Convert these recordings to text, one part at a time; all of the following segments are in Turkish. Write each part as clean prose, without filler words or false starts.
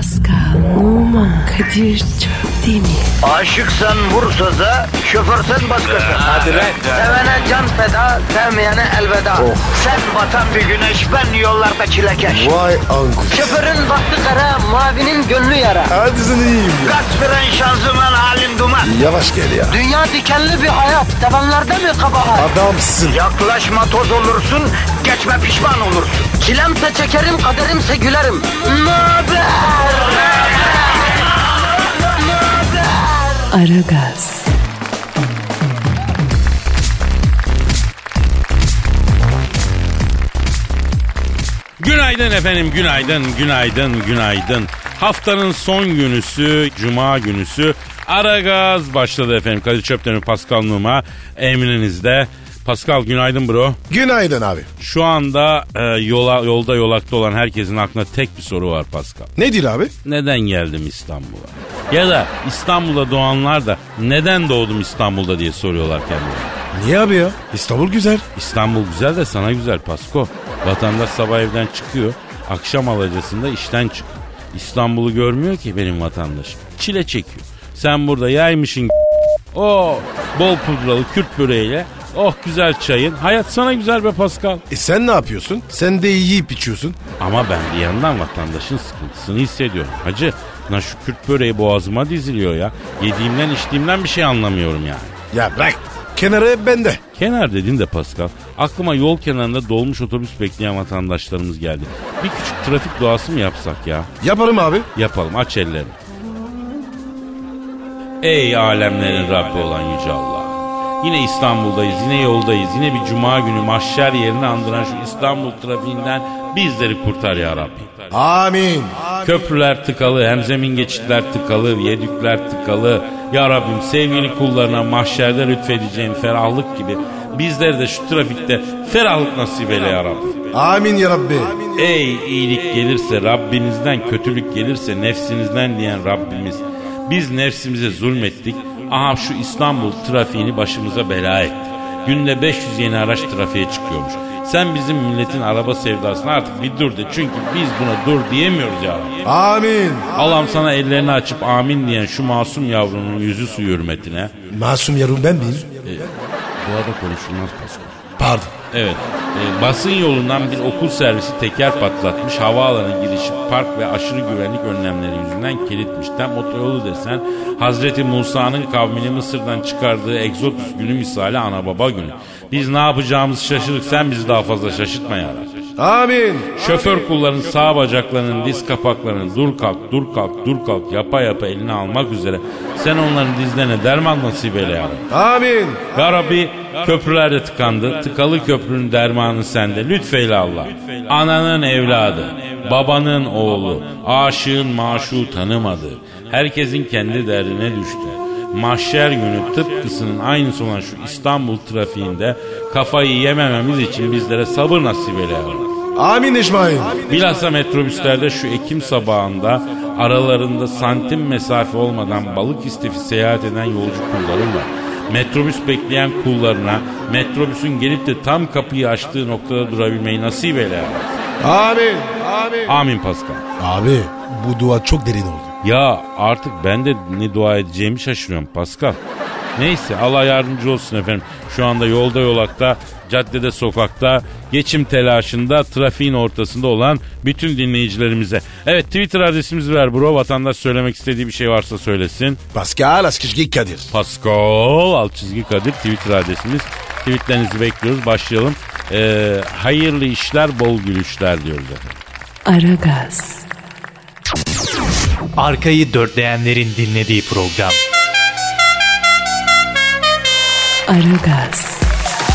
Pascal, Oman, Kadir çok değil mi? Aşıksan vursa da, şoförsen başkasın. Hadi lan. Sevene can feda, sevmeyene elveda. Sen batan bir güneş, ben yollarda çilekeş. Vay anku. Şoförün baktı kara, mavinin gönlü yara. Hadi sen iyiyim ya. Kasperen şanzıman halin duman. Yavaş gel ya. Dünya dikenli bir hayat, sevenlerde mi kabahar? Adamsın. Yaklaşma toz olursun, geçme pişman olursun. Çilemse çekerim, kaderimse gülerim. Möber! Aragaz. Günaydın efendim, günaydın. Haftanın son günüsü, cuma günüsü. Aragaz başladı efendim. Kadir Çöpten'in Pascal Numa emrinizde. Pascal günaydın bro. Günaydın abi. Şu anda yolda yolakta olan herkesin aklına tek bir soru var Pascal. Nedir abi? Neden geldim İstanbul'a? Ya da İstanbul'da doğanlar da neden doğdum İstanbul'da diye soruyorlar kendilerine. Niye abi ya? İstanbul güzel. İstanbul güzel de sana güzel Pasko. Vatandaş sabah evden çıkıyor, akşam alacasında işten çıkıyor. İstanbul'u görmüyor ki benim vatandaşım. Çile çekiyor. Sen burada yaymışın o bol pudralı Kürt böreğiyle, oh güzel çayın. Hayat sana güzel be Pascal. Sen ne yapıyorsun? Sen de yiyip içiyorsun. Ama ben bir yandan vatandaşın sıkıntısını hissediyorum. Hacı, lan şu Kürt böreği boğazıma diziliyor ya. Yediğimden içtiğimden bir şey anlamıyorum yani. Ya bırak. Kenarı bende. Kenar dedin de Pascal, aklıma yol kenarında dolmuş otobüs bekleyen vatandaşlarımız geldi. Bir küçük trafik doğası mı yapsak ya? Yaparım abi. Yapalım, aç ellerini. Ey alemlerin Rabbi olan Yüce Allah. Yine İstanbul'dayız, yine yoldayız. Yine bir cuma günü mahşer yerini andıran şu İstanbul trafiğinden bizleri kurtar ya Rabbi. Amin. Köprüler tıkalı, hemzemin geçitler tıkalı, viyadükler tıkalı. Ya Rabbim sevgili kullarına mahşerde lütfedeceğin ferahlık gibi bizleri de şu trafikte ferahlık nasip eyle ya Rabbi. Amin ya Rabbi. Ey iyilik gelirse Rabbinizden, kötülük gelirse nefsinizden diyen Rabbimiz. Biz nefsimize zulmettik. Aha şu İstanbul trafiğini başımıza bela ettik. Günde 500 yeni araç trafiğe çıkıyormuş. Sen bizim milletin araba sevdasına artık bir dur de. Çünkü biz buna dur diyemiyoruz ya. Amin. Allah'ım sana ellerini açıp amin diyen şu masum yavrunun yüzü suyu hürmetine. Masum yavrum ben miyim? Bu arada konuşulmaz Pascal. Pardon. Evet. Basın yolundan bir okul servisi teker patlatmış. Havaalanı girişi park ve aşırı güvenlik önlemleri yüzünden kilitmiş. Tam otoyolu desen Hazreti Musa'nın kavmini Mısır'dan çıkardığı Egzotus günü misali ana baba günü. Biz ne yapacağımızı şaşırdık. Sen bizi daha fazla şaşırtma ya. Amin. Şoför kulların sağ bacaklarının diz kapaklarını dur kalk yapa eline almak üzere. Sen onların dizlerine derman nasip eyle ya Rabbi. Amin. Ya Rabbi köprüler de tıkandı. Tıkalı köprünün dermanı sende. Lütfeyle Allah. Ananın evladı, babanın oğlu, aşığın maşuğu tanımadığı, herkesin kendi derdine düştü. Mahşer günü tıpkısının aynısı olan şu İstanbul trafiğinde kafayı yemememiz için bizlere sabır nasip eyle ya Rabbi. Amin İsmail. Bilhassa metrobüslerde şu Ekim sabahında aralarında santim mesafe olmadan balık istifi seyahat eden yolcu kullarım var. Metrobüs bekleyen kullarına metrobüsün gelip de tam kapıyı açtığı noktada durabilmeyi nasip eyle ya. Amin. Amin. Amin Pascal. Abi bu dua çok derin oldu. Ya artık ben de ne dua edeceğimi şaşırıyorum Pascal. Neyse Allah yardımcı olsun efendim. Şu anda yolda yolakta, caddede sokakta, geçim telaşında, trafiğin ortasında olan bütün dinleyicilerimize. Evet, Twitter adresimizi ver bro. Vatandaş söylemek istediği bir şey varsa söylesin. Pascal Askışgi Kadir. Pascal _Kadir Twitter adresimiz. Tweetlerinizi bekliyoruz. Başlayalım. Hayırlı işler, bol gülüşler diyoruz efendim. Aragaz. Arkayı dörtleyenlerin dinlediği program. Aragaz.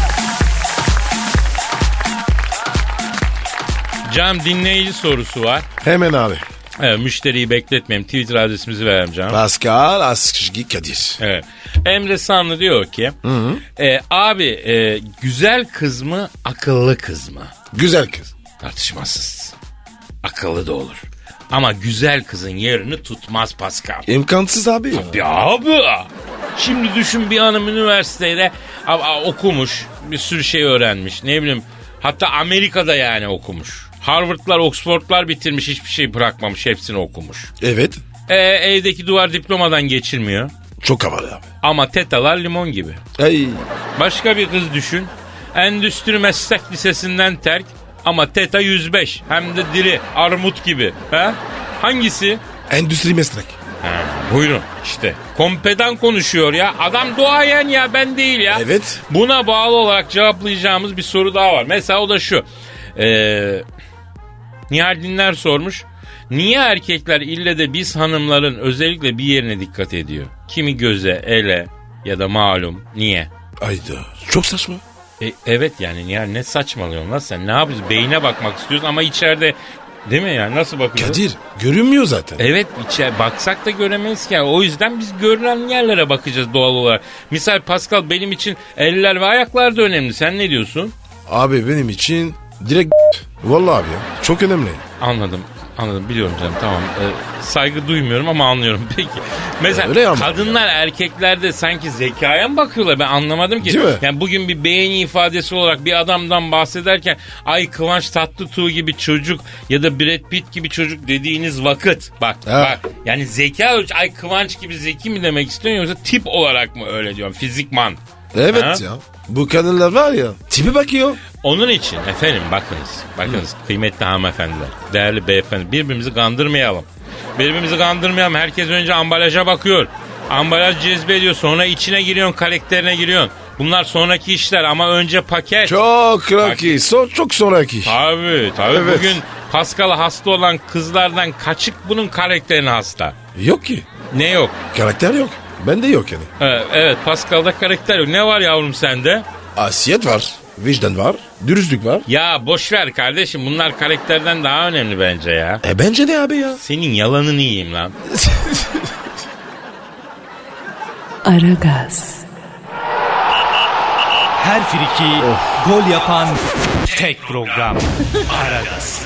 Can, dinleyici sorusu var. Hemen abi. Evet, müşteriyi bekletmeyeyim. Twitter adresimizi verelim Can. Pascal Askışgi Kadir. Evet. Emre Sanlı diyor ki abi güzel kız mı akıllı kız mı? Güzel kız. Tartışmasız. Akıllı da olur. Ama güzel kızın yerini tutmaz Pascal. İmkansız abi ya. Ya abi. Şimdi düşün, bir hanım üniversitede okumuş. Bir sürü şey öğrenmiş. Ne bileyim, hatta Amerika'da yani okumuş. Harvard'lar, Oxford'lar bitirmiş, hiçbir şey bırakmamış, hepsini okumuş. Evet. Evdeki duvar diplomadan geçilmiyor. Çok havalı abi. Ama tetalar limon gibi. Ay. Başka bir kız düşün. Endüstri meslek lisesinden terk ama teta 105. Hem de diri, armut gibi. Ha? Hangisi? Endüstri meslek. Ha, buyurun işte. Kompedan konuşuyor ya. Adam duayen ya, ben değil ya. Evet. Buna bağlı olarak cevaplayacağımız bir soru daha var. Mesela o da şu. Nihal Dinler sormuş. Niye erkekler ille de biz hanımların özellikle bir yerine dikkat ediyor? Kimi göze, ele ya da malum. Niye? Ayda. Çok saçma. Evet yani Nihal, ne saçmalıyorsun lan sen? Ne yapıyorsun? Beyine bakmak istiyoruz ama içeride, değil mi yani? Nasıl bakıyoruz? Kadir görünmüyor zaten. Evet, baksak da göremeyiz ki. O yüzden biz görülen yerlere bakacağız doğal olarak. Misal Pascal, benim için eller ve ayaklar da önemli. Sen ne diyorsun? Abi benim için direkt vallahi abi ya. Çok önemli. Anladım biliyorum canım, tamam. Saygı duymuyorum ama anlıyorum. Peki. Mesela kadınlar erkeklerde sanki zekaya mı bakıyorlar? Ben anlamadım ki. Değil mi? Yani bugün bir beğeni ifadesi olarak bir adamdan bahsederken ay Kıvanç Tatlıtuğ gibi çocuk ya da Brad Pitt gibi çocuk dediğiniz vakit bak yani zeka ay Kıvanç gibi zeki mi demek istiyorsun yoksa tip olarak mı öyle diyorum, fizikman? Evet Ha? ya. Bu kadınlar var ya, tipi bakıyor. Onun için efendim bakınız kıymetli hanımefendiler, değerli beyefendi, birbirimizi kandırmayalım. Herkes önce ambalaja bakıyor. Ambalaj cezbediyor, sonra içine giriyorsun, karakterine giriyorsun. Bunlar sonraki işler ama önce paket. Çok çok sonraki. Tabii. Evet. Bugün Pascal'a hasta olan kızlardan kaçık bunun karakterine hasta. Yok ki. Ne yok? Karakter yok. Bende yok yani. Evet, Pascal'da karakter yok. Ne var yavrum sende? Asiyet var. Vicdan var. Dürüstlük var. Ya boş ver kardeşim, bunlar karakterden daha önemli bence ya. Bence de abi ya. Senin yalanını yiyeyim lan. Aragaz. Her friki gol yapan tek program. Aragaz.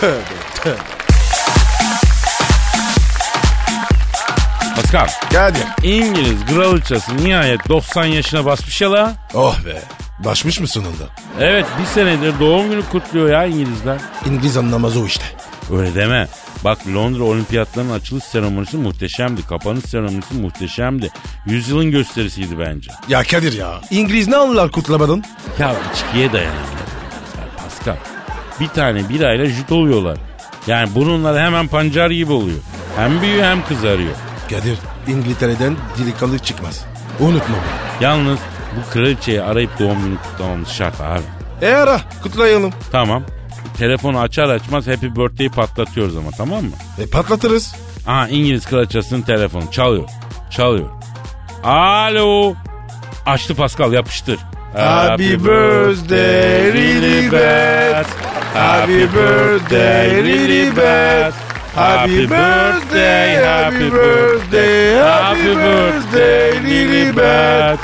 Pascal. Kadir. İngiliz kraliçesi nihayet 90 yaşına basmış ya la. Oh be. Başmış mı sonunda? Evet, bir senedir doğum günü kutluyor ya İngilizler. İngiliz anlamaz o işte. Öyle deme. Bak, Londra olimpiyatlarının açılış seremonisi muhteşemdi. Kapanış seremonisi muhteşemdi. Yüzyılın gösterisiydi bence. Ya Kadir ya. İngiliz ne anlar kutlamadan? Ya içkiye dayanamıyor Pascal. Bir tane birayla jüt oluyorlar. Yani burunları hemen pancar gibi oluyor. Hem büyüyor hem kızarıyor. Kadir, İngiltere'den delikanlı çıkmaz. Unutma bunu. Yalnız bu kraliçeyi arayıp doğum günü kutlamamız şart abi. Ara, kutlayalım. Tamam. Telefonu açar açmaz happy birthday'i patlatıyoruz ama, tamam mı? Patlatırız. Aha, İngiliz kraliçesinin telefonu çalıyor. Alo. Açtı Pascal, yapıştır. Happy birthday really bad. Happy birthday really bad. Happy birthday, happy birthday, happy birthday really bad.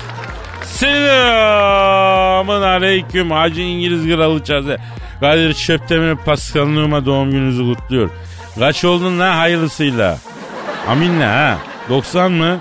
Selamın aleyküm Hacı İngiliz kraliçesi. Kadir Çöptemir Pascal'ın doğum gününüzü kutluyor. Kaç oldun lan hayırlısıyla? Aminle ha. 90 mı?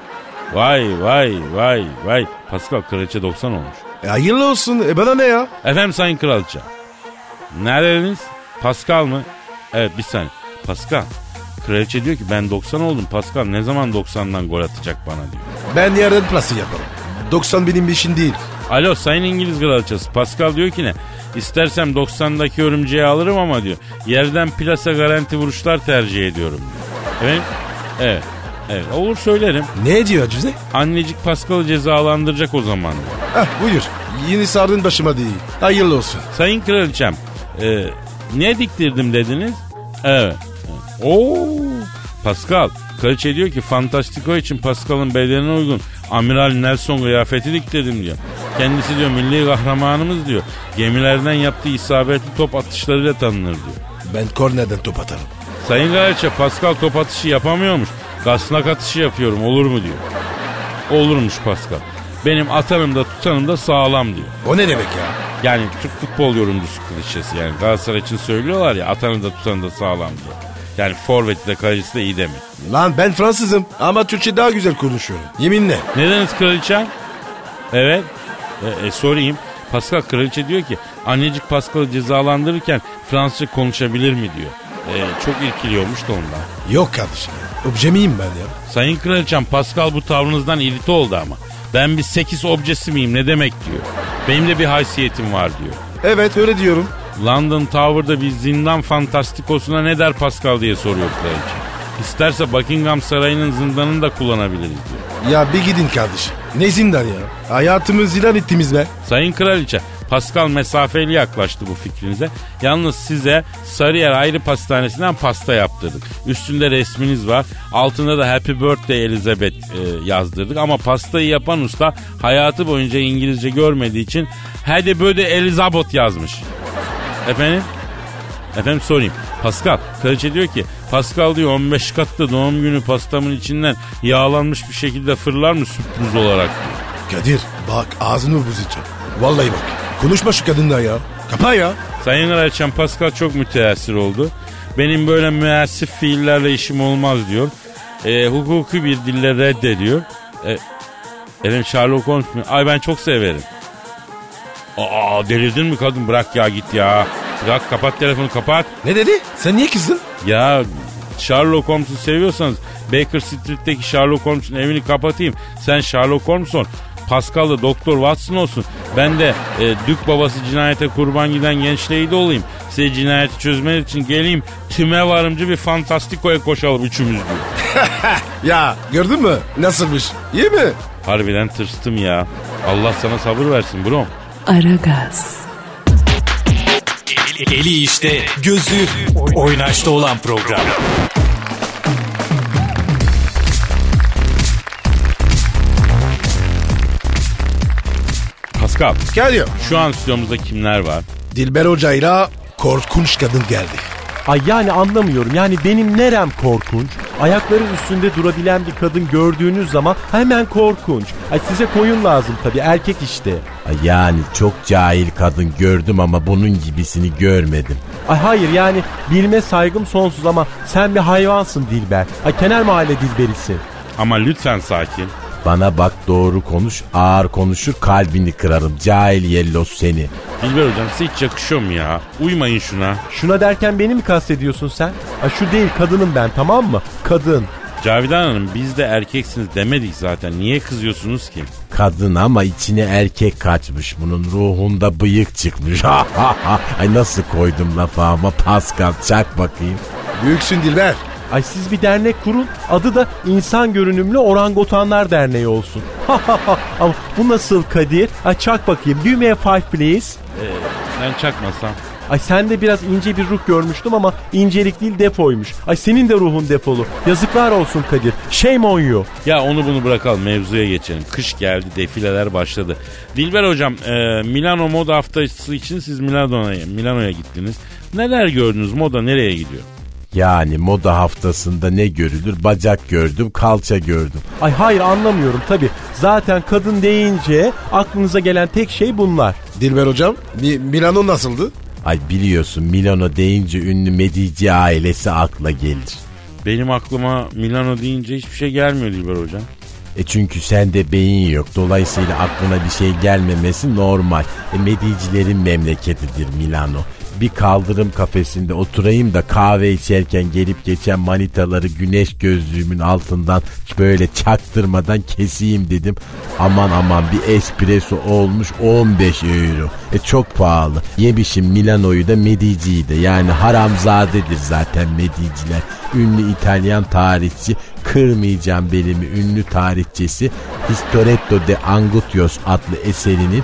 Vay. Pascal, kraliçe 90 olmuş. Hayırlı olsun. Bana ne ya? Efendim sayın kraliçe. Neredeniz? Pascal mı? Evet, bir saniye. Pascal. Kraliçe diyor ki ben 90 oldum. Pascal ne zaman 90'dan gol atacak bana diyor. Ben yerden plası yaparım. 90 benim işim değil. Alo sayın İngiliz kraliçesi. Pascal diyor ki ne? İstersem 90'daki örümceği alırım ama diyor. Yerden plasa garanti vuruşlar tercih ediyorum diyor. Evet. Olur, söylerim. Ne diyor Cüze? Annecik Pascal'ı cezalandıracak o zaman diyor. Buyur. Yeni sardın başıma değil. Hayırlı olsun. Sayın kraliçem. Ne diktirdim dediniz? Evet. Oo. Pascal. Kraliçe diyor ki Fantastico için Pascal'ın bedenine uygun Amiral Nelson kıyafeti diktirdim diyor. Kendisi diyor milli kahramanımız diyor. Gemilerden yaptığı isabetli top atışlarıyla tanınır diyor. Ben kornerden top atarım. Sayın kraliçe, Pascal top atışı yapamıyormuş. Gasnak atışı yapıyorum, olur mu diyor. Olurmuş Pascal. Benim atanım da tutanım da sağlam diyor. O ne demek ya? Yani Türk futbol yorumcusu klişesi, yani Galatasaray için söylüyorlar ya, atanım da tutanım da sağlam diyor. Yani forveti de kalecisi de iyi demek. Lan ben Fransızım ama Türkçe daha güzel konuşuyorum. Yeminle. Nedeniz kraliçem? Evet. Sorayım. Pascal, kraliçe diyor ki annecik Pascal'ı cezalandırırken Fransızca konuşabilir mi diyor. Çok irkiliyormuş da ondan. Yok kardeşim. Obje miyim ben ya? Sayın kraliçem, Pascal bu tavrınızdan irite oldu ama. Ben bir 8 objesi miyim ne demek diyor. Benim de bir haysiyetim var diyor. Evet öyle diyorum. London Tower'da bir zindan fantastikosuna ne der Pascal diye soruyor kraliçe. İsterse Buckingham Sarayı'nın zindanını da kullanabiliriz diyor. Ya bir gidin kardeşim. Ne zindan ya? Hayatımızı ilan ettiniz be. Sayın kraliçe, Pascal mesafeli yaklaştı bu fikrinize. Yalnız size Sarıyer Ayrı Pastanesi'nden pasta yaptırdık. Üstünde resminiz var. Altında da Happy Birthday Elizabeth yazdırdık. Ama pastayı yapan usta hayatı boyunca İngilizce görmediği için Happy Birthday Elizabeth yazmış. Efendim sorayım. Pascal, kraliçe diyor ki Pascal diyor 15 katlı doğum günü pastamın içinden yağlanmış bir şekilde fırlar mı sürpriz olarak diyor. Kadir bak ağzını bozacağım. Vallahi bak. Konuşma şu kadınla ya. Kapa ya. Sayın kraliçem, Pascal çok müteessir oldu. Benim böyle müessif fiillerle işim olmaz diyor. Hukuki bir dille reddediyor. Efendim Sherlock Holmes mu? Ay ben çok severim. Delirdin mi kadın, bırak ya git ya. Bırak, kapat telefonu, kapat. Ne dedi? Sen niye kızdın? Ya Sherlock Holmes'u seviyorsanız Baker Street'teki Sherlock Holmes'un evini kapatayım. Sen Sherlock Holmes ol. Pascal da Doktor Watson olsun. Ben de Dük babası cinayete kurban giden gençliği de olayım. Size cinayeti çözmeniz için geleyim. Tüme varımcı bir fantastikoya koşalım üçümüz diyor. Ya gördün mü? Nasılmış? İyi mi? Harbiden tırstım ya. Allah sana sabır versin bro. Aragaz. Eli işte, gözü oynaşta olan program. Pascal, Geliyor. şu an stüdyomuzda kimler var? Dilber Hoca'yla korkunç kadın geldi. Ay yani anlamıyorum. Yani benim nerem korkunç? Ayakları üstünde durabilen bir kadın gördüğünüz zaman hemen korkunç. Ay size koyun lazım tabii, erkek işte. Ay yani çok cahil kadın gördüm ama bunun gibisini görmedim. Ay hayır yani bilime saygım sonsuz ama sen bir hayvansın Dilber. Ay kenar mahalle Dilber'isin. Ama lütfen sakin. Bana bak, doğru konuş, ağır konuşur kalbini kırarım. Cahil yellos seni. Dilber hocam size hiç yakışıyor mu ya? Uymayın şuna. Şuna derken beni mi kastediyorsun sen? Ay şu değil, kadınım ben, tamam mı? Kadın. Cavidan Hanım, biz de erkeksiniz demedik zaten. Niye kızıyorsunuz ki? Kadın ama içine erkek kaçmış. Bunun ruhunda bıyık çıkmış. Ay nasıl koydum lafı ama Pascal, çak bakayım. Büyüksün Dilber. Ay siz bir dernek kurun, adı da İnsan Görünümlü Orangutanlar Derneği olsun. Ama bu nasıl Kadir? Ay çak bakayım. Give me a five please. Ben çakmasam. Ay sen de biraz ince bir ruh görmüştüm ama incelik değil defoymuş. Ay senin de ruhun defolu. Yazıklar olsun Kadir. Shame on you. Ya onu bunu bırakalım, mevzuya geçelim. Kış geldi, defileler başladı. Dilber hocam, Milano Moda Haftası için siz Milano'ya gittiniz. Neler gördünüz? Moda nereye gidiyor? Yani moda haftasında ne görülür? Bacak gördüm, kalça gördüm. Ay hayır, anlamıyorum tabii. Zaten kadın deyince aklınıza gelen tek şey bunlar. Dilber hocam Milano nasıldı? Ay biliyorsun, Milano deyince ünlü Medici ailesi akla gelir. Benim aklıma Milano deyince hiçbir şey gelmiyor Dilber hocam. Çünkü sende beyin yok. Dolayısıyla aklına bir şey gelmemesi normal. Medicilerin memleketidir Milano. Bir kaldırım kafesinde oturayım da kahve içerken gelip geçen manitaları güneş gözlüğümün altından böyle çaktırmadan keseyim dedim. Aman bir espresso olmuş 15 euro. Çok pahalı. Yemişim Milano'yu da Medici'yi de. Yani haramzadedir zaten Mediciler. Ünlü İtalyan tarihçi, kırmayacağım belimi ünlü tarihçesi Historietto de Angutios adlı eserinin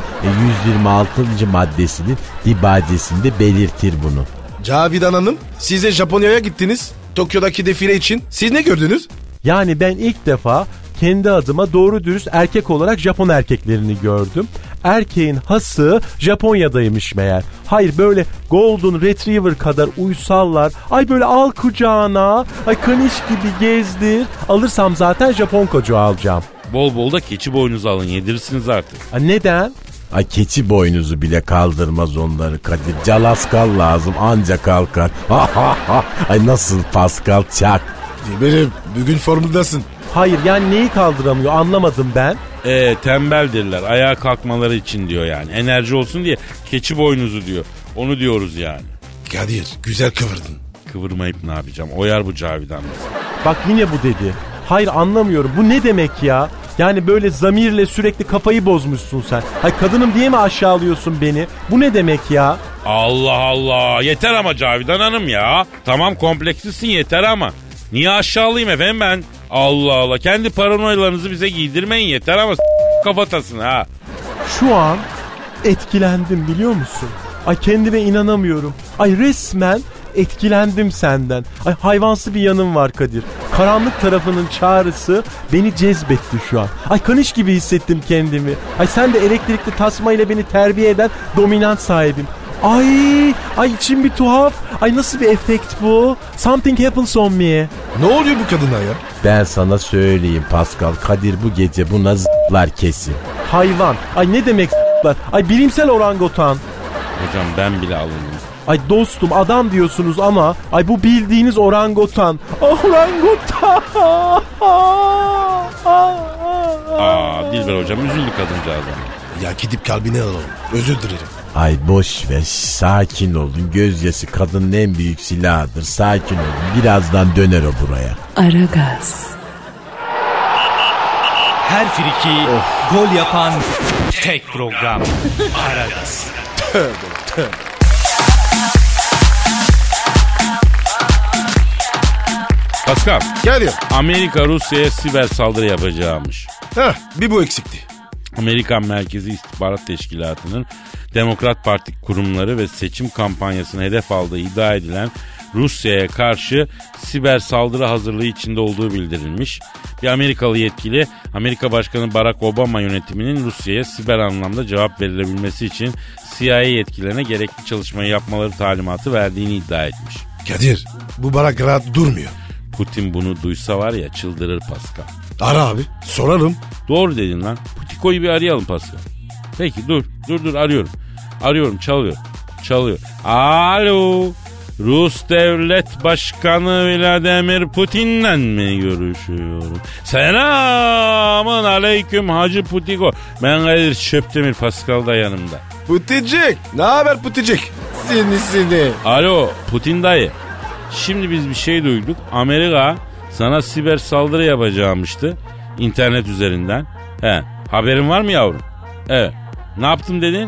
126. maddesinin dibacesinde belirtir bunu. Cavidan Hanım, siz de Japonya'ya gittiniz. Tokyo'daki defile için. Siz ne gördünüz? Yani ben ilk defa kendi adıma doğru dürüst erkek olarak Japon erkeklerini gördüm. Erkeğin hası Japonya'daymış meğer. Hayır, böyle Golden Retriever kadar uysallar. Ay böyle al kucağına. Ay kaniş gibi gezdir. Alırsam zaten Japon koca alacağım. Bol bol da keçi boynuzu alın, yedirirsiniz artık. Ay neden? Ay keçi boynuzu bile kaldırmaz onları Kadir. Calaskal lazım, anca kalkar. Ay nasıl Pascal, çak. Dilber'im bugün formundasın. Hayır yani neyi kaldıramıyor anlamadım ben. Tembeldirler. Ayağa kalkmaları için diyor yani. Enerji olsun diye keçi boynuzu diyor. Onu diyoruz yani. Kadir güzel kıvırdın. Kıvırmayıp ne yapacağım? Oyar bu Cavidan mesela. Bak yine bu dedi. Hayır anlamıyorum. Bu ne demek ya? Yani böyle zamirle sürekli kafayı bozmuşsun sen. Hay kadınım diye mi aşağılıyorsun beni? Bu ne demek ya? Allah Allah. Yeter ama Cavidan Hanım ya. Tamam komplekslisin yeter ama. Niye aşağılayayım efendim ben? Allah Allah. Kendi paranoyalarınızı bize giydirmeyin yeter ama kafatasın ha. Şu an etkilendim biliyor musun? Ay kendime inanamıyorum. Ay resmen etkilendim senden. Ay hayvansı bir yanım var Kadir. Karanlık tarafının çağrısı beni cezbetti şu an. Ay kanış gibi hissettim kendimi. Ay sen de elektrikli tasmayla beni terbiye eden dominant sahibim. Ay içim bir tuhaf. Ay nasıl bir efekt bu? Something happens on me. Ne oluyor bu kadına ya? Ben sana söyleyeyim Pascal, Kadir bu gece buna zıplar kesin. Hayvan. Ay ne demek s**lar? Ay bilimsel orangutan. Hocam ben bile alındım. Ay dostum adam diyorsunuz ama ay bu bildiğiniz orangutan. Orangutan. Dilber hocam üzüldü kadıncağız ama. Ya gidip kalbini alalım. Özür dilerim. Ay boş ver, sakin olun. Gözyaşı kadının en büyük silahıdır. Sakin olun. Birazdan döner o buraya. Aragaz. Her friki gol yapan tek program. Aragaz. Pascal, Geliyor. Amerika Rusya'ya siber saldırı yapacağımış. Bir bu eksikti. Amerikan Merkezi İstihbarat Teşkilatı'nın Demokrat Parti kurumları ve seçim kampanyasını hedef aldığı iddia edilen Rusya'ya karşı siber saldırı hazırlığı içinde olduğu bildirilmiş. Bir Amerikalı yetkili, Amerika Başkanı Barack Obama yönetiminin Rusya'ya siber anlamda cevap verilebilmesi için CIA yetkililerine gerekli çalışmayı yapmaları talimatı verdiğini iddia etmiş. Kadir bu Barak rahat durmuyor. Putin bunu duysa var ya çıldırır Pascal. Ara abi soralım. Doğru dedin lan. Putiko'yu bir arayalım Pascal. Peki dur arıyorum. Arıyorum çalıyor. Alo. Rus Devlet Başkanı Vladimir Putin'le mi görüşüyorum? Selamın aleyküm Hacı Putiko. Ben Kadir Çöptemir, Pascal da yanımda. Puticik ne haber Puticik? Seni. Alo Putin dayı. Şimdi biz bir şey duyduk. Amerika sana siber saldırı yapacağımıştı. İnternet üzerinden. Haberin var mı yavrum? Evet. Ne yaptım dedin?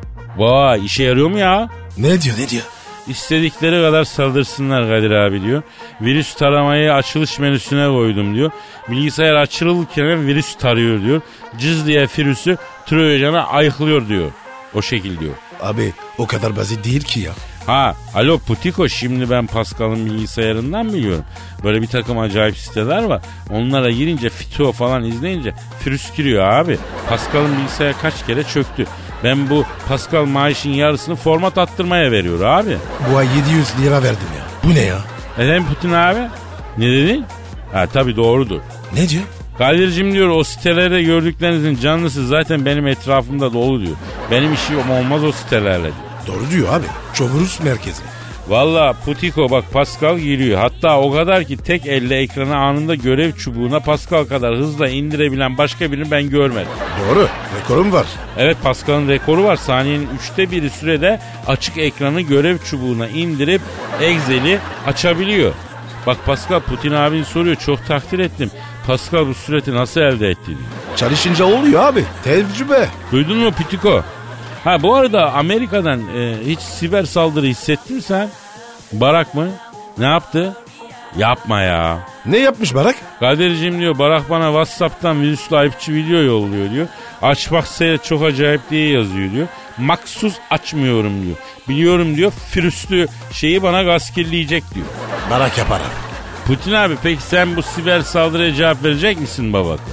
Vay işe yarıyor mu ya? Ne diyor? İstedikleri kadar saldırsınlar Kadir abi diyor. Virüs taramayı açılış menüsüne koydum diyor. Bilgisayar açılırken virüs tarıyor diyor. Cız diye virüsü Trojan'a ayıklıyor diyor. O şekil diyor. Abi o kadar basit değil ki ya. Alo Putiko, şimdi ben Pascal'ın bilgisayarından biliyorum. Böyle bir takım acayip siteler var. Onlara girince Fito falan izleyince virüs giriyor abi. Pascal'ın bilgisayarı kaç kere çöktü. Ben bu Pascal maaşın yarısını format attırmaya veriyor abi. Bu ay 700 lira verdim ya. Bu ne ya? Neden Putin abi? Ne dedin? Tabii doğrudur. Ne diyor? Kadir'cim diyor o sitelerde gördüklerinizin canlısı zaten benim etrafımda dolu diyor. Benim işim olmaz o sitelerle diyor. Doğru diyor abi. Çok Rus merkezi. Valla Putiko bak Pascal giriyor. Hatta o kadar ki tek elle ekrana anında görev çubuğuna Pascal kadar hızla indirebilen başka birini ben görmedim. Doğru. Rekorum var. Evet Pascal'ın rekoru var. Saniyenin 1/3 sürede açık ekranı görev çubuğuna indirip Excel'i açabiliyor. Bak Pascal Putin abin soruyor. Çok takdir ettim. Pascal bu süreti nasıl elde etti diyor. Çalışınca oluyor abi. Tecrübe. Duydun mu Putiko? Bu arada Amerika'dan hiç siber saldırı hissettin mi sen? Barak mı? Ne yaptı? Yapma ya. Ne yapmış Barak? Kadir'cim diyor Barak bana WhatsApp'tan virüslü ayıpçı video yolluyor diyor. Aç bak seyret çok acayip diye yazıyor diyor. Maksus açmıyorum diyor. Biliyorum diyor virüslü şeyi bana gaskilleyecek diyor. Barak yapar abi. Putin abi peki sen bu siber saldırıya cevap verecek misin babako?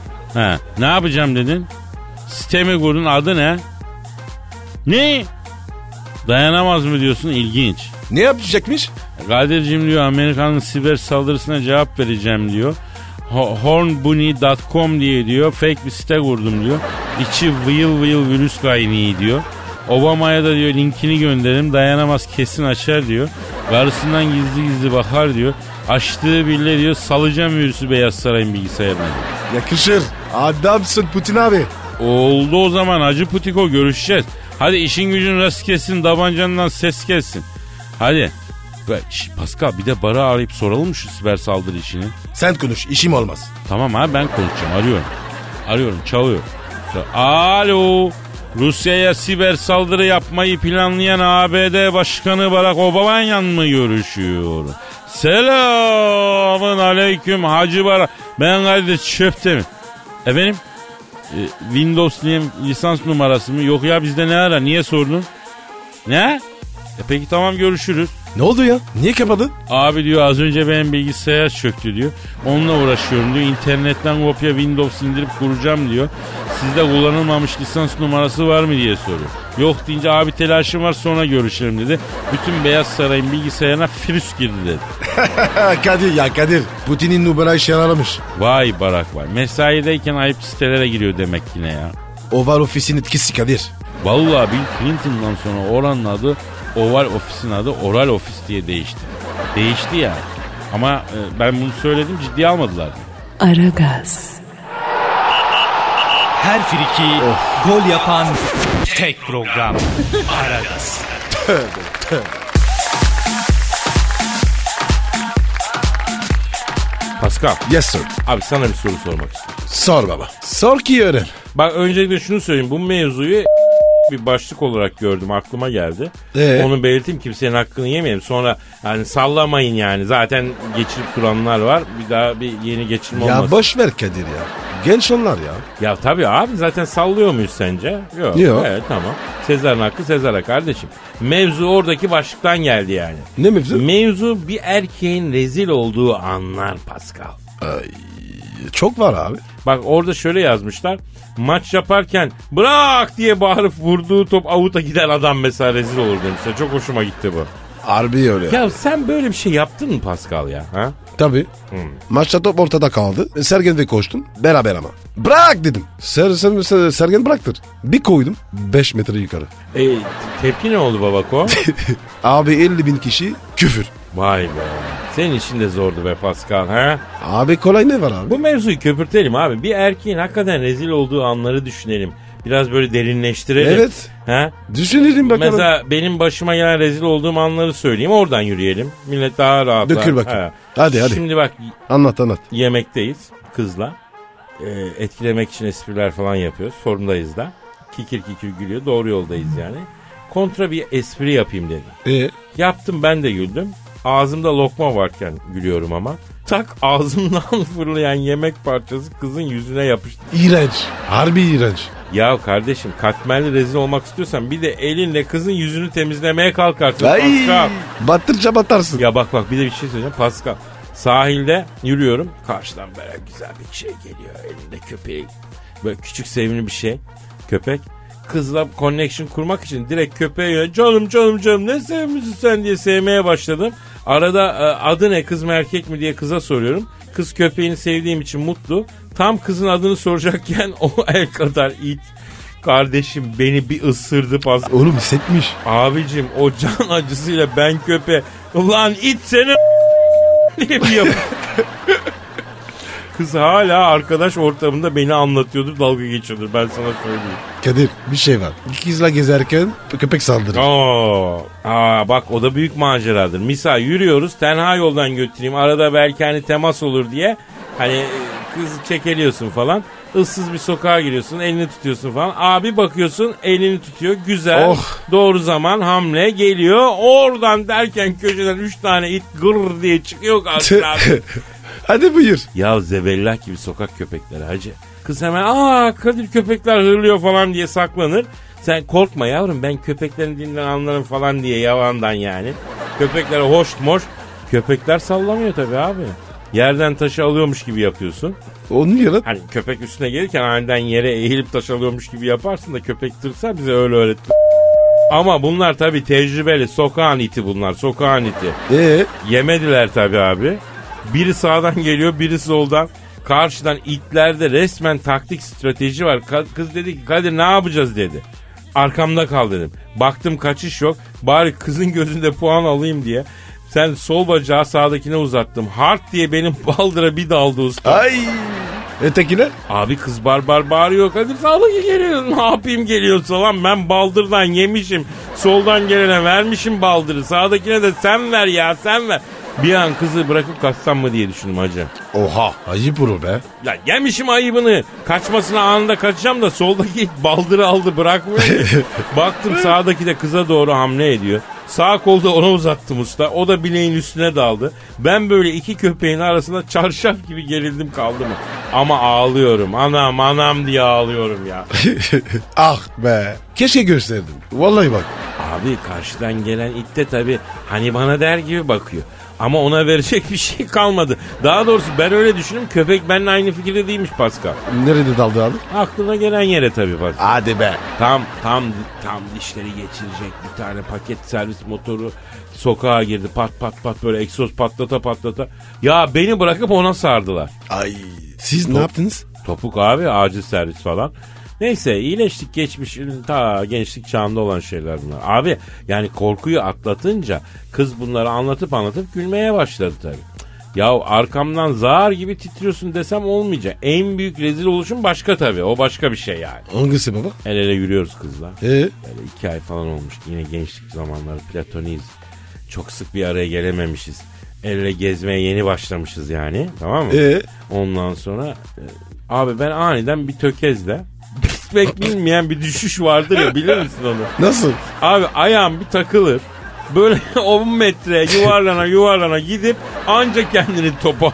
Ne yapacağım dedin? Sitemi kurdun adı ne? Ne? Dayanamaz mı diyorsun? İlginç. Ne yapacakmış? Kadir'cim diyor Amerika'nın siber saldırısına cevap vereceğim diyor. Hornbunny.com diye diyor. Fake bir site kurdum diyor. İçi vıyıl vıyıl virüs kaynıyor diyor. Obama'ya da diyor linkini gönderim. Dayanamaz kesin açar diyor. Karısından gizli gizli bakar diyor. Açtığı bile diyor salacağım virüsü Beyaz Saray'ın bilgisayarına. Yakışır. Adamsın Putin abi. Oldu o zaman Hacı Putiko, görüşeceğiz. Hadi işin gücün rast kessin, tabancandan ses kessin. Hadi. Pascal bir de Barı arayıp soralım mı şu siber saldırı işini? Sen konuş, işim olmaz. Tamam abi, ben konuşacağım, arıyorum çalıyor. Alo, Rusya'ya siber saldırı yapmayı planlayan ABD Başkanı Barack Obama mı görüşüyor? Selamın aleyküm Hacı Barak. Ben Kadir Çöptemir. Efendim? Windows lisans numarası mı? Yok ya, bizde ne ara? Niye sordun? Ne? Peki tamam, görüşürüz. Ne oldu ya? Niye kapadın? Abi diyor, az önce benim bilgisayar çöktü diyor. Onunla uğraşıyorum diyor. İnternetten kopya Windows indirip kuracağım diyor. Sizde kullanılmamış lisans numarası var mı diye soruyor. Yok deyince abi telaşım var, sonra görüşelim dedi. Bütün Beyaz Saray'ın bilgisayarına virüs girdi dedi. Kadir. Putin'in numarayı şaralamış. Vay Barak vay. Mesaideyken ayıp sitelere giriyor demek yine ya. Oval Ofis'in etkisi Kadir. Vallahi Bill Clinton'dan sonra oranın adı, Oval Ofis'in adı Oral Ofis diye değişti. Değişti yani. Ama ben bunu söyledim, ciddiye almadılar. Aragaz. Her friki gol yapan tek program. Aragaz. Pascal. Yes sir. Abi sana bir soru sormak istiyorum. Sor baba. Sor ki öğren. Bak öncelikle şunu söyleyeyim. Bu mevzuyu bir başlık olarak gördüm, aklıma geldi. Onu belirteyim, kimsenin hakkını yemeyelim. Sonra yani sallamayın yani. Zaten geçirip duranlar var. Bir daha bir yeni geçirme olmasın. Ya boş ver Kadir ya. Genç onlar ya. Ya tabii abi, zaten sallıyor muyuz sence? Yok. Evet tamam. Sezar'ın hakkı Sezar'a kardeşim. Mevzu oradaki başlıktan geldi yani. Ne mevzu? Mevzu bir erkeğin rezil olduğu anlar Pascal. Ay, çok var abi. Bak orada şöyle yazmışlar. Maç yaparken bırak diye bağırıp vurduğu top avuta giden adam mesela rezil olur demişler. Çok hoşuma gitti bu. Harbi öyle. Ya sen böyle bir şey yaptın mı Pascal ya? Ha? Tabii. Maçta top ortada kaldı. Sergen ve koştum. Beraber ama. Bırak dedim. Sergen bıraktır. Bir koydum. 5 metre yukarı. Tepki ne oldu babako? Abi 50.000 kişi küfür. Vay be. Senin işin de zordu be Pascal. Ha? Abi kolay ne var abi? Bu mevzuyu köpürtelim abi. Bir erkeğin hakikaten rezil olduğu anları düşünelim. Biraz böyle derinleştirelim. Evet. Ha? Düşünelim bakalım. Mesela benim başıma gelen rezil olduğum anları söyleyeyim. Oradan yürüyelim. Millet daha rahat. Dökül bakayım. Hadi. Şimdi bak. Anlat. Yemekteyiz kızla. Etkilemek için espriler falan yapıyoruz. Sorundayız da. Kikir gülüyor. Doğru yoldayız yani. Kontra bir espri yapayım dedim. Yaptım, ben de güldüm. Ağzımda lokma varken gülüyorum ama. Tak, ağzımdan fırlayan yemek parçası kızın yüzüne yapıştı. İğrenç. Harbi iğrenç. Ya kardeşim, katmerli rezil olmak istiyorsan bir de elinle kızın yüzünü temizlemeye kalkarsın Pascal. Battırca batarsın. Ya bak bir de bir şey söyleyeceğim Pascal. Sahilde yürüyorum. Karşıdan böyle güzel bir şey geliyor. Elinde köpeği. Böyle küçük sevimli bir şey. Köpek. Kızla connection kurmak için direkt köpeğe canım ne sevmişsin sen diye sevmeye başladım. Arada adı ne, kız mı erkek mi diye kıza soruyorum. Kız köpeğini sevdiğim için mutlu. Tam kızın adını soracakken o el kadar it kardeşim beni bir ısırdı Pascal. Oğlum hissetmiş. Abicim o can acısıyla ben köpeğe ulan it seni diye bir yapıyor. Kız hala arkadaş ortamında beni anlatıyordur, dalga geçiyordur, ben sana söyleyeyim. Kadir bir şey var. İkizle gezerken köpek saldırır. Bak o da büyük maceradır. Misal yürüyoruz, tenha yoldan götüreyim, arada belki hani temas olur diye hani kızı çekeliyorsun falan. Issız bir sokağa giriyorsun, elini tutuyorsun falan. Abi bakıyorsun elini tutuyor, güzel. Doğru zaman hamle geliyor. Oradan derken köşeden 3 tane it gırr diye çıkıyor karşına. Hadi buyur. Ya zebellah gibi sokak köpekleri hacı. Kız hemen Kadir köpekler hırlıyor falan diye saklanır. Sen korkma yavrum, ben köpeklerin dilinden anlarım falan diye yalandan yani. Köpeklere hoş moş. Köpekler sallamıyor tabii abi. Yerden taşı alıyormuş gibi yapıyorsun. Onu yarat. Hani köpek üstüne gelirken aniden yere eğilip taş alıyormuş gibi yaparsın da köpek tırsa bize öyle öğretti. Ama bunlar tabii tecrübeli, sokağın iti bunlar, sokağın iti. Yemediler tabii abi. Biri sağdan geliyor, biri soldan. Karşıdan itlerde resmen taktik strateji var. Kız dedi ki Kadir ne yapacağız dedi. Arkamda kal dedim. Baktım kaçış yok. Bari kızın gözünde puan alayım diye. Sen sol bacağı sağdakine uzattım. Hart diye benim baldıra bir daldı usta. Ay. Ötekiler? Abi kız barbar bağırıyor. Kadir sağdaki geliyor. Ne yapayım geliyorsa lan, ben baldırdan yemişim. Soldan gelene vermişim baldırı. Sağdakine de sen ver ya, sen ver. Bir an kızı bırakıp kaçsam mı diye düşündüm hacı. Oha ayıp olur be. Ya yemişim ayıbını. Kaçmasına anında kaçacağım da soldaki baldırı aldı, bırakmıyor ki. Baktım sağdaki de kıza doğru hamle ediyor. Sağ kolda ona uzattım usta. O da bileğin üstüne daldı. Ben böyle iki köpeğin arasında çarşaf gibi gerildim kaldım. Ama ağlıyorum. Anam diye ağlıyorum ya. Ah be. Keşke gösterdim. Vallahi bak. Abi karşıdan gelen it de tabii hani bana der gibi bakıyor. Ama ona verecek bir şey kalmadı. Daha doğrusu ben öyle düşündüm. Köpek benimle aynı fikirde değilmiş Pascal. Nerede daldı abi? Aklına gelen yere tabii Pascal. Hadi be. Tam dişleri geçirecek bir tane paket servis motoru sokağa girdi. Pat böyle egzoz patlata. Ya beni bırakıp ona sardılar. Ay. Siz ne yaptınız? Topuk abi, acil servis falan. Neyse iyileştik, geçmiş ta gençlik çağında olan şeyler bunlar. Abi yani korkuyu atlatınca kız bunları anlatıp gülmeye başladı tabii. Ya arkamdan zar gibi titriyorsun desem olmayacak. En büyük rezil oluşum başka tabii. O başka bir şey yani. Hangisi baba? El ele yürüyoruz kızla. Böyle 2 ay falan olmuş. Yine gençlik zamanları, platoniyiz. Çok sık bir araya gelememişiz. El ele gezmeye yeni başlamışız yani. Tamam mı? Ondan sonra abi ben aniden bir tökezle bitmek bilmeyen bir düşüş vardır ya, bilir misin onu? Nasıl? Abi ayağım bir takılır. Böyle 10 metre yuvarlana gidip ancak kendini topar.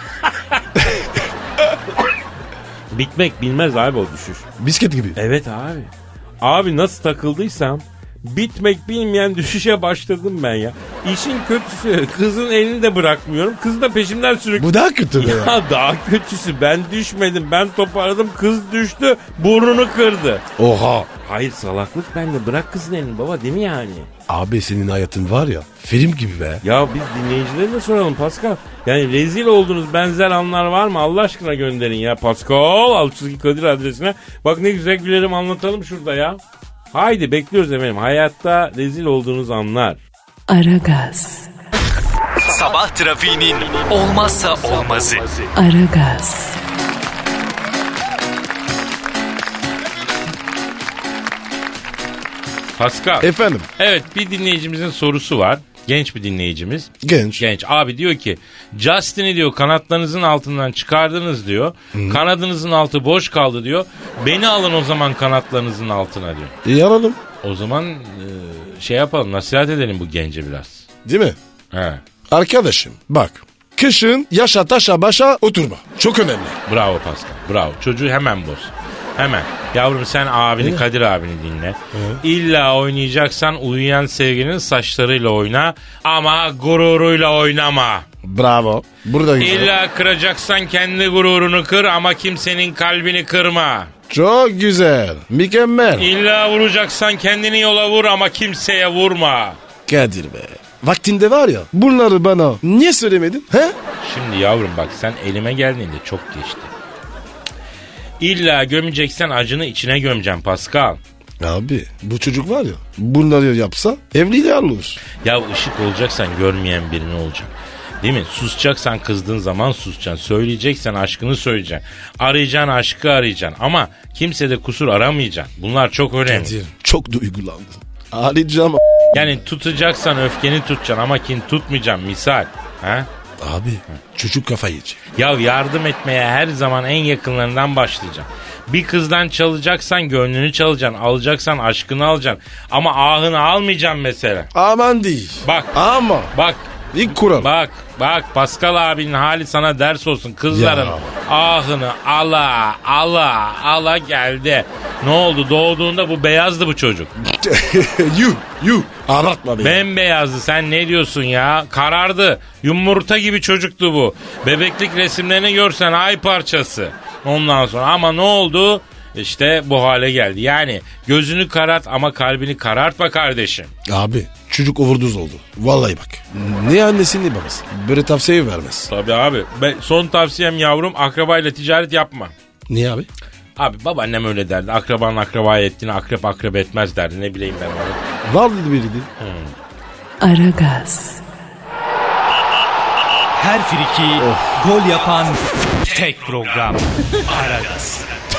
Bitmek bilmez abi o düşüş. Bisket gibi. Evet abi. Abi nasıl takıldıysam bitmek bilmeyen düşüşe başladım ben ya. İşin kötüsü kızın elini de bırakmıyorum. Kız da peşimden sürüklüyor. Bu daha kötü be. Ya daha kötüsü ben düşmedim. Ben toparladım, kız düştü, burnunu kırdı. Oha. Hayır salaklık bende, bırak kızın elini baba, değil mi yani? Abi senin hayatın var ya film gibi be. Ya biz dinleyicilere de soralım Pascal. Yani rezil olduğunuz benzer anlar var mı? Allah aşkına gönderin ya. Pascal Altçizgi Kadir adresine. Bak ne güzel gülerim, anlatalım şurada ya. Haydi bekliyoruz efendim. Hayatta rezil olduğunuz anlar. Aragaz. Sabah trafiğinin olmazsa olmazı. Aragaz. Pascal. Efendim? Evet, bir dinleyicimizin sorusu var. Genç bir dinleyicimiz. Genç. Abi diyor ki Justin'i diyor kanatlarınızın altından çıkardınız diyor. Kanadınızın altı boş kaldı diyor. Beni alın o zaman kanatlarınızın altına diyor. İyi alalım. O zaman şey yapalım, nasihat edelim bu gence biraz. Değil mi? He. Arkadaşım bak. Kışın yaşa taşa başa oturma. Çok önemli. Bravo Pascal, bravo. Çocuğu hemen boz. Hemen. Yavrum sen abini, Kadir abini dinle. İlla oynayacaksan uyuyan sevginin saçlarıyla oyna. Ama gururuyla oynama. Bravo. Burada güzel. İlla kıracaksan kendi gururunu kır ama kimsenin kalbini kırma. Çok güzel. Mükemmel. İlla vuracaksan kendini yola vur ama kimseye vurma. Kadir be. Vaktinde var ya bunları bana niye söylemedin? He? Şimdi yavrum bak, sen elime geldiğinde çok geçti. İlla gömeceksen acını içine gömeceksin Pascal. Abi bu çocuk var ya bunları yapsa evliliği olur. Ya ışık olacaksan görmeyen birini olacak. Değil mi? Susacaksan kızdığın zaman susacaksın. Söyleyeceksen aşkını söyleyeceksin. Arayacaksın aşkı arayacaksın. Ama kimsede kusur aramayacaksın. Bunlar çok önemli. Kadir çok duygulandım. Arayacağım. Yani tutacaksan öfkeni tutacaksın ama kin tutmayacaksın misal. Ha? Abi çocuk kafa yiyecek. Ya yardım etmeye her zaman en yakınlarından başlayacaksın. Bir kızdan çalacaksan gönlünü çalacaksın. Alacaksan aşkını alacaksın. Ama ahını almayacaksın mesela. Aman değil. Bak. Ama. Bak. İlk kural. Bak Pascal abinin hali sana ders olsun. Kızların Ya. ahını ala geldi. Ne oldu? Doğduğunda bu beyazdı bu çocuk. Yuh. Aratma beni. Bembeyazdı, sen ne diyorsun ya? Karardı. Yumurta gibi çocuktu bu. Bebeklik resimlerini görsen ay parçası. Ondan sonra ama ne oldu? İşte bu hale geldi. Yani gözünü karart ama kalbini karartma kardeşim. Abi çocuk overdose oldu. Vallahi bak. Ne annesi ne babası. Böyle tavsiye vermez. Tabii abi. Son tavsiyem yavrum, akrabayla ticaret yapma. Niye abi? Abi babaannem öyle derdi. Akrabanın akrabaya ettiğini akrep etmez derdi. Ne bileyim ben onu. Var dedi biriydi. Aragaz. her friki gol yapan tek program. Aragaz.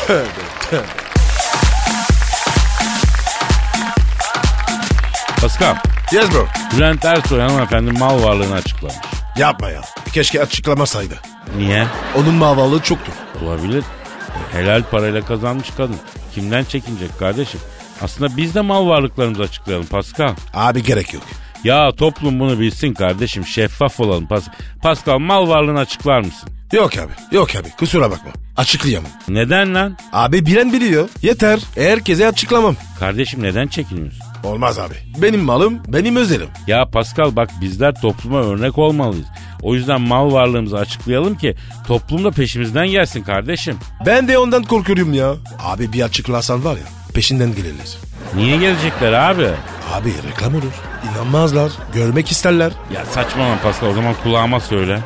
Pascal, Yes bro. Bülent Ersoy hanımefendi mal varlığını açıklamış. Yapma ya. Keşke açıklamasaydı. Niye? Onun mal varlığı çoktu. Olabilir. Helal parayla kazanmış kadın. Kimden çekinecek kardeşim? Aslında biz de mal varlıklarımızı açıklayalım Pascal. Abi gerek yok. Ya toplum bunu bilsin kardeşim. Şeffaf olalım. Pascal mal varlığını açıklar mısın? Yok abi kusura bakma. Açıklayamam. Neden lan? Abi bilen biliyor. Yeter. Herkese açıklamam. Kardeşim neden çekiniyorsun? Olmaz abi. Benim malım benim özelim. Ya Pascal bak bizler topluma örnek olmalıyız. O yüzden mal varlığımızı açıklayalım ki toplum da peşimizden gelsin kardeşim. Ben de ondan korkuyorum ya. Abi bir açıklarsan var ya peşinden gelirler. Niye gelecekler abi? Abi reklam olur. İnanmazlar. Görmek isterler. Ya saçmalama Pascal, o zaman kulağıma söyle.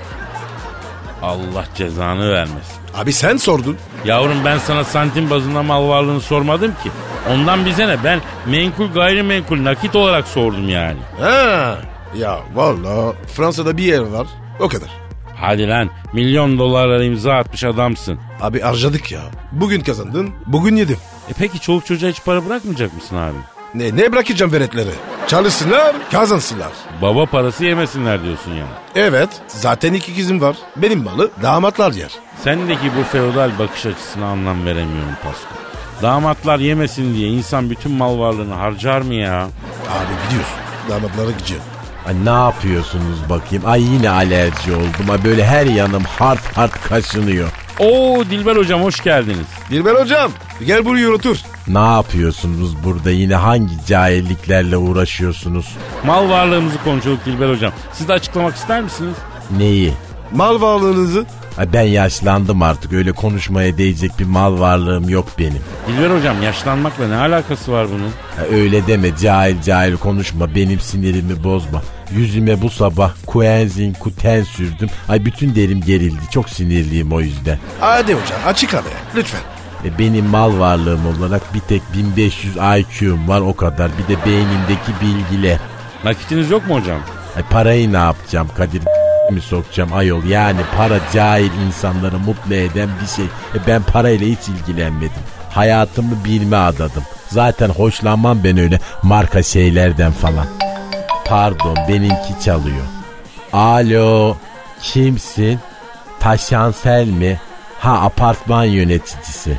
Allah cezanı vermesin. Abi sen sordun. Yavrum ben sana santim bazında mal varlığını sormadım ki. Ondan bize ne? Ben menkul gayrimenkul nakit olarak sordum yani. Ha. Ya vallahi Fransa'da bir yer var. O kadar. Hadi lan, milyon dolarlara imza atmış adamsın. Abi harcadık ya. Bugün kazandın. Bugün yedim. Peki çoluk çocuğa hiç para bırakmayacak mısın abi? Ne bırakacağım veletleri? Çalışsınlar, kazansınlar. Baba parası yemesinler diyorsun yani. Evet. Zaten 2 kızım var. Benim malı damatlar yer. Sendeki bu feodal bakış açısına anlam veremiyorum Pascal. Damatlar yemesin diye insan bütün mal varlığını harcar mı ya? Abi biliyorsun. Damatlara gideceğim. Ay ne yapıyorsunuz bakayım? Ay yine alerji oldum. Ay böyle her yanım hard kaşınıyor. Oo Dilber hocam hoş geldiniz. Dilber hocam gel buraya otur. Ne yapıyorsunuz burada? Yine hangi cahilliklerle uğraşıyorsunuz? Mal varlığımızı konuşalım Dilber hocam. Siz de açıklamak ister misiniz? Neyi? Mal varlığınızı. Ay ben yaşlandım artık. Öyle konuşmaya değecek bir mal varlığım yok benim. Dilber hocam yaşlanmakla ne alakası var bunun? Ay öyle deme, cahil konuşma. Benim sinirimi bozma. Yüzüme bu sabah Quenzin Kuten sürdüm. Ay bütün derim gerildi. Çok sinirliyim o yüzden. Hadi hocam açıkla be lütfen. Benim mal varlığım olarak bir tek 1500 IQ'm var, o kadar. Bir de beynimdeki bilgiler. Nakitiniz yok mu hocam? Ay parayı ne yapacağım Kadir, mi sokacağım ayol? Yani para cahil insanları mutlu eden bir şey. Ben parayla hiç ilgilenmedim. Hayatımı bilme adadım. Zaten hoşlanmam ben öyle marka şeylerden falan. Pardon, benimki çalıyor. Alo, kimsin? Taşansel mi? Ha, apartman yöneticisi.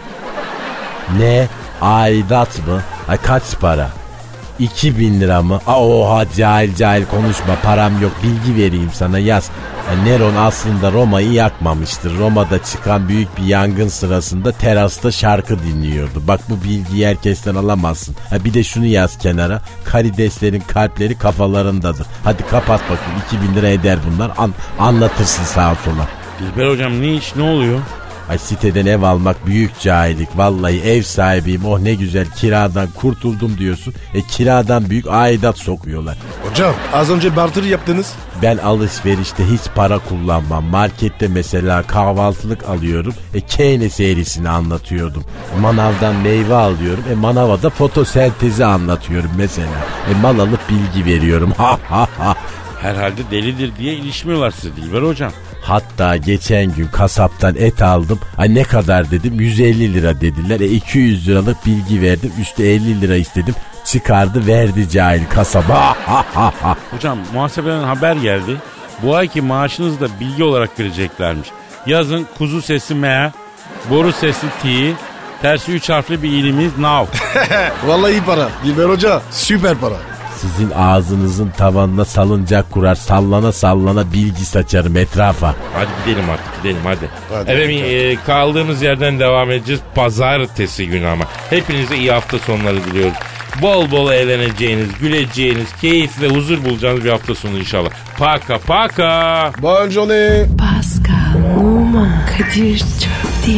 Ne? Aidat mı? Ay kaç para? 2000 lira mı? Oha, cahil konuşma, param yok. Bilgi vereyim sana, yaz. Neron aslında Roma'yı yakmamıştır. Roma'da çıkan büyük bir yangın sırasında terasta şarkı dinliyordu. Bak, bu bilgiyi herkesten alamazsın. Bir de şunu yaz kenara. Karideslerin kalpleri kafalarındadır. Hadi kapat bakayım, 2000 lira eder bunlar. Anlatırsın sağa sola. Dilber hocam ne iş, ne oluyor? Ay siteden ev almak büyük cahillik. Vallahi ev sahibiyim, oh ne güzel, kiradan kurtuldum diyorsun. Kiradan büyük aidat sokuyorlar. Hocam az önce barter yaptınız. Ben alışverişte hiç para kullanmam. Markette mesela kahvaltılık alıyorum. Keynes eğrisini anlatıyordum. Manavdan meyve alıyorum. Manava da fotosentezi anlatıyorum mesela. Mal alıp bilgi veriyorum. Herhalde delidir diye ilişmiyorlar size Dilber hocam. Hatta geçen gün kasaptan et aldım. Ay ne kadar dedim, 150 lira dediler. 200 liralık bilgi verdim. Üstü 50 lira istedim. Çıkardı verdi cahil kasaba. Hocam muhasebeden haber geldi. Bu ayki maaşınızı da bilgi olarak vereceklermiş. Yazın kuzu sesi M, boru sesi T, tersi 3 harfli bir ilimiz Now. Vallahi iyi para. Dilber Hoca süper para. Sizin ağzınızın tavanına salıncak kurar, sallana bilgi saçarım etrafa. Hadi gidelim artık, gidelim hadi. Hadi. Efendim kaldığımız yerden devam edeceğiz. Pazartesi günü ama. Hepinize iyi hafta sonları diliyoruz. Bol bol eğleneceğiniz, güleceğiniz, keyif ve huzur bulacağınız bir hafta sonu inşallah. Paka. Bonne journée. Pascal, Oman, Kadir çok değil mi?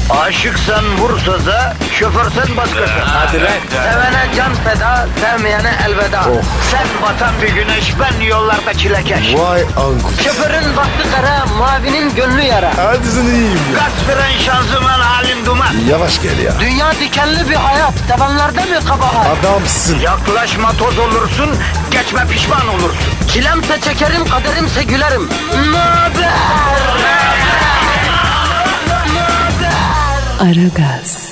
Aşıksan vursa da, şoförsen başkasın. Hadi lan. Sevene can feda, sevmeyene elveda. Sen batan bir güneş, ben yollarda çilekeş. Vay anku. Şoförün baktı kara, mavinin gönlü yara. Hadi sen iyiyim ya. Kasperen şanzıman halin duman. Yavaş gel ya. Dünya dikenli bir hayat, sevenlerde mi kabahar? Adamsın. Yaklaşma toz olursun, geçme pişman olursun. Çilemse çekerim, kaderimse gülerim. Möber! Aragaz.